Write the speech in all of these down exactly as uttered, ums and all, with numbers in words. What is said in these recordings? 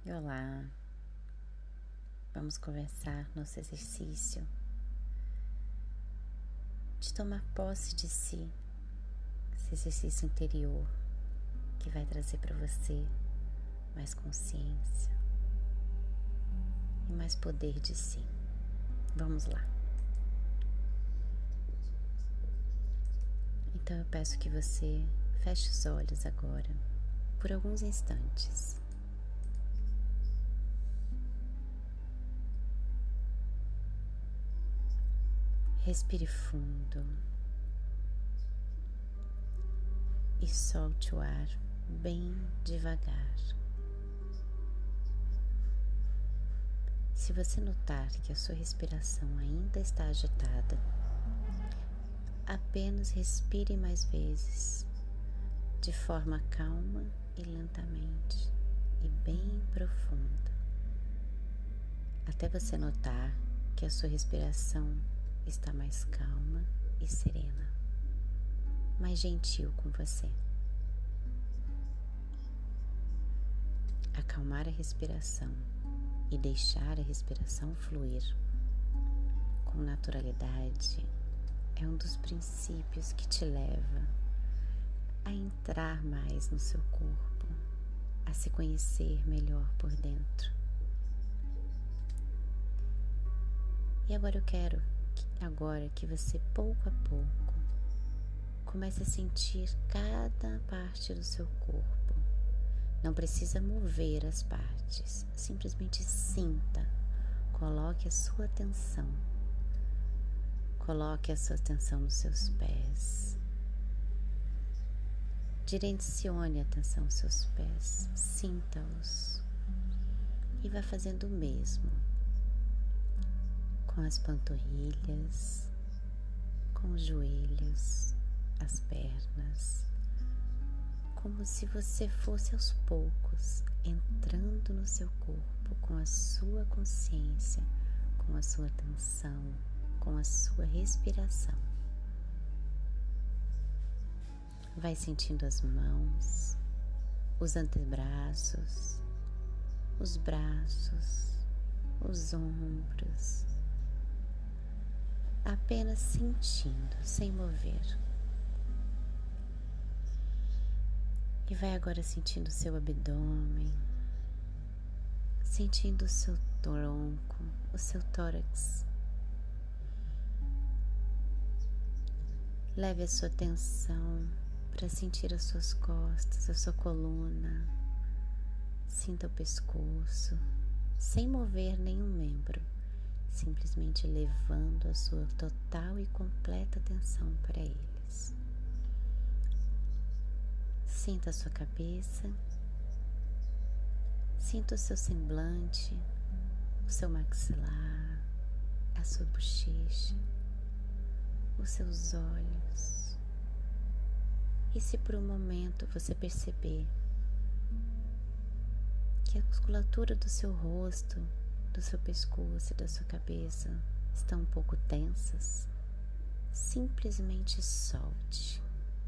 Olá, vamos conversar nosso exercício de tomar posse de si, esse exercício interior que vai trazer para você mais consciência e mais poder de si. Vamos lá. Então eu peço que você feche os olhos agora por alguns instantes. Respire fundo e solte o ar bem devagar. Se você notar que a sua respiração ainda está agitada, apenas respire mais vezes, de forma calma e lentamente e bem profunda, até você notar que a sua respiração está mais calma e serena, mais gentil com você. Acalmar a respiração e deixar a respiração fluir com naturalidade é um dos princípios que te leva a entrar mais no seu corpo, a se conhecer melhor por dentro. E agora eu quero agora que você, pouco a pouco, comece a sentir cada parte do seu corpo. Não precisa mover as partes, simplesmente sinta. Coloque a sua atenção. Coloque a sua atenção nos seus pés. Direcione a atenção aos seus pés. Sinta-os. E vá fazendo o mesmo com as panturrilhas, com os joelhos, as pernas, como se você fosse aos poucos entrando no seu corpo com a sua consciência, com a sua atenção, com a sua respiração. Vai sentindo as mãos, os antebraços, os braços, os ombros, apenas sentindo, sem mover. E vai agora sentindo o seu abdômen, sentindo o seu tronco, o seu tórax. Leve a sua atenção para sentir as suas costas, a sua coluna. Sinta o pescoço, sem mover nenhum membro, simplesmente levando a sua total e completa atenção para eles. Sinta a sua cabeça, sinta o seu semblante, o seu maxilar, a sua bochecha, os seus olhos. E se por um momento você perceber que a musculatura do seu rosto, do seu pescoço e da sua cabeça estão um pouco tensas, simplesmente solte.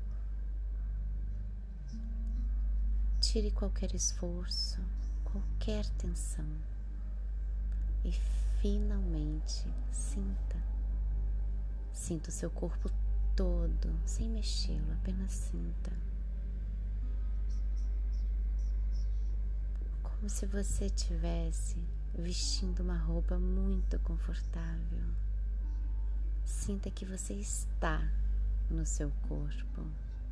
Tire qualquer esforço, qualquer tensão e finalmente sinta. Sinta o seu corpo todo, sem mexê-lo, apenas sinta. Como se você estivesse vestindo uma roupa muito confortável. Sinta que você está no seu corpo.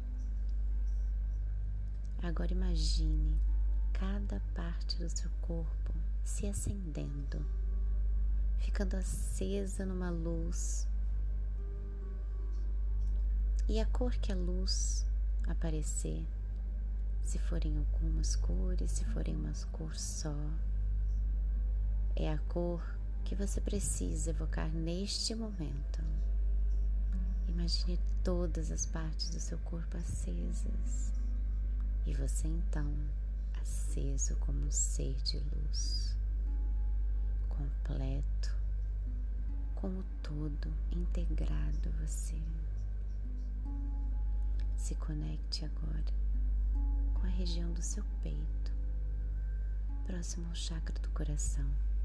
Agora imagine cada parte do seu corpo se acendendo, ficando acesa numa luz. E a cor que a luz aparecer, se forem algumas cores, se forem uma cor só, é a cor que você precisa evocar neste momento. Imagine todas as partes do seu corpo acesas. E você então, aceso como um ser de luz, completo, como todo, integrado a você. Se conecte agora com a região do seu peito, próximo ao chakra do coração.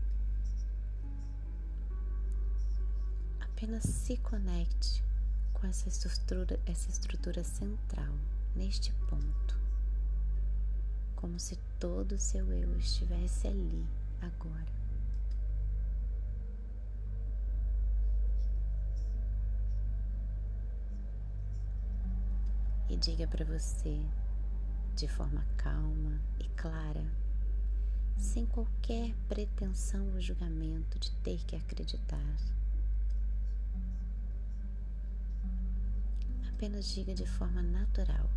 Apenas se conecte com essa estrutura, essa estrutura central, neste ponto, como se todo o seu eu estivesse ali, agora. E diga para você, de forma calma e clara, sem qualquer pretensão ou julgamento de ter que acreditar. Apenas diga de forma natural: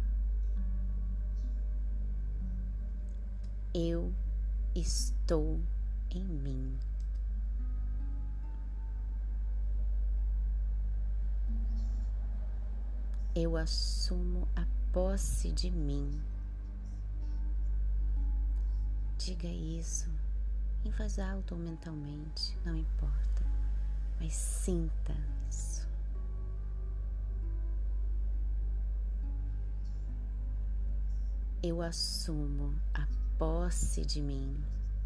eu estou em mim. Eu assumo a posse de mim. Diga isso em voz alta ou mentalmente, não importa, mas sinta isso. Eu assumo a posse de mim.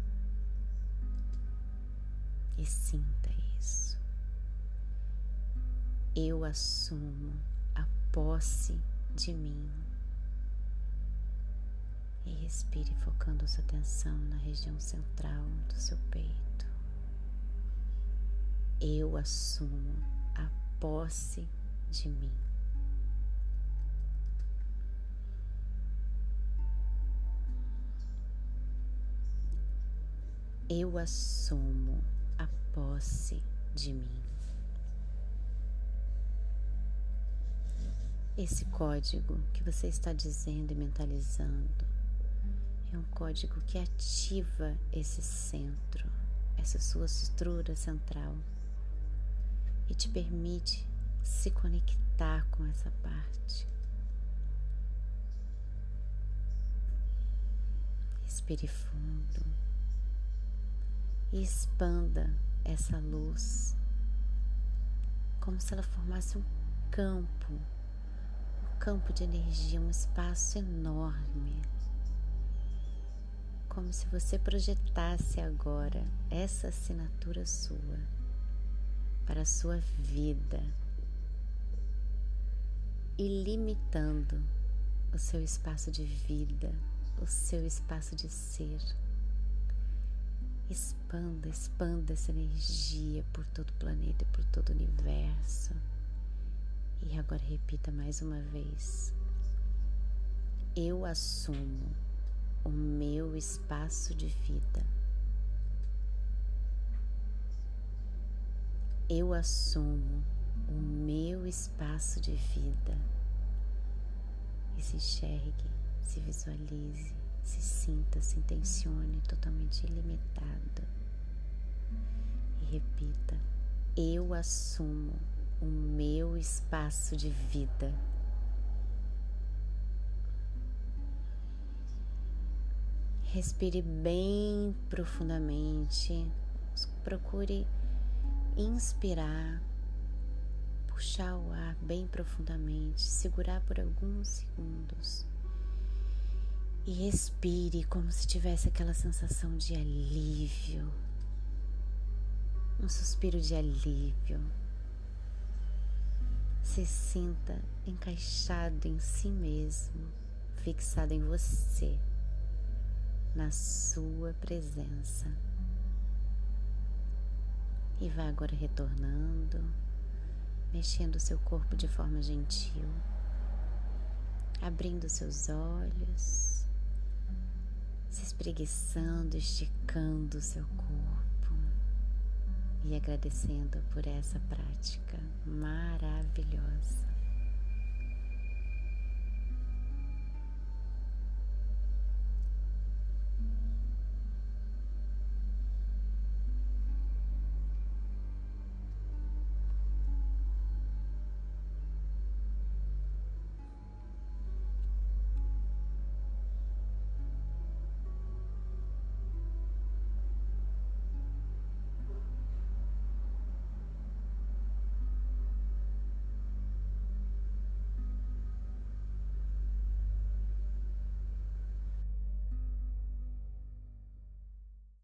E sinta isso. Eu assumo a posse de mim. E respire focando sua atenção na região central do seu peito. Eu assumo a posse de mim. Eu assumo a posse de mim. Esse código que você está dizendo e mentalizando é um código que ativa esse centro, essa sua estrutura central, e te permite se conectar com essa parte. Respire fundo e expanda essa luz como se ela formasse um campo, um campo de energia, um espaço enorme. Como se você projetasse agora essa assinatura sua para a sua vida, ilimitando o seu espaço de vida, o seu espaço de ser. Expanda, expanda essa energia por todo o planeta, por todo o universo. E agora repita mais uma vez: eu assumo o meu espaço de vida. Eu assumo o meu espaço de vida. E se enxergue, se visualize, se sinta, se intencione totalmente ilimitado. E repita: eu assumo o meu espaço de vida. Respire bem profundamente, procure inspirar, puxar o ar bem profundamente, segurar por alguns segundos e respire como se tivesse aquela sensação de alívio, um suspiro de alívio. Se sinta encaixado em si mesmo, fixado em você, na sua presença. E vá agora retornando, mexendo o seu corpo de forma gentil, abrindo seus olhos, se espreguiçando, esticando o seu corpo e agradecendo por essa prática maravilhosa.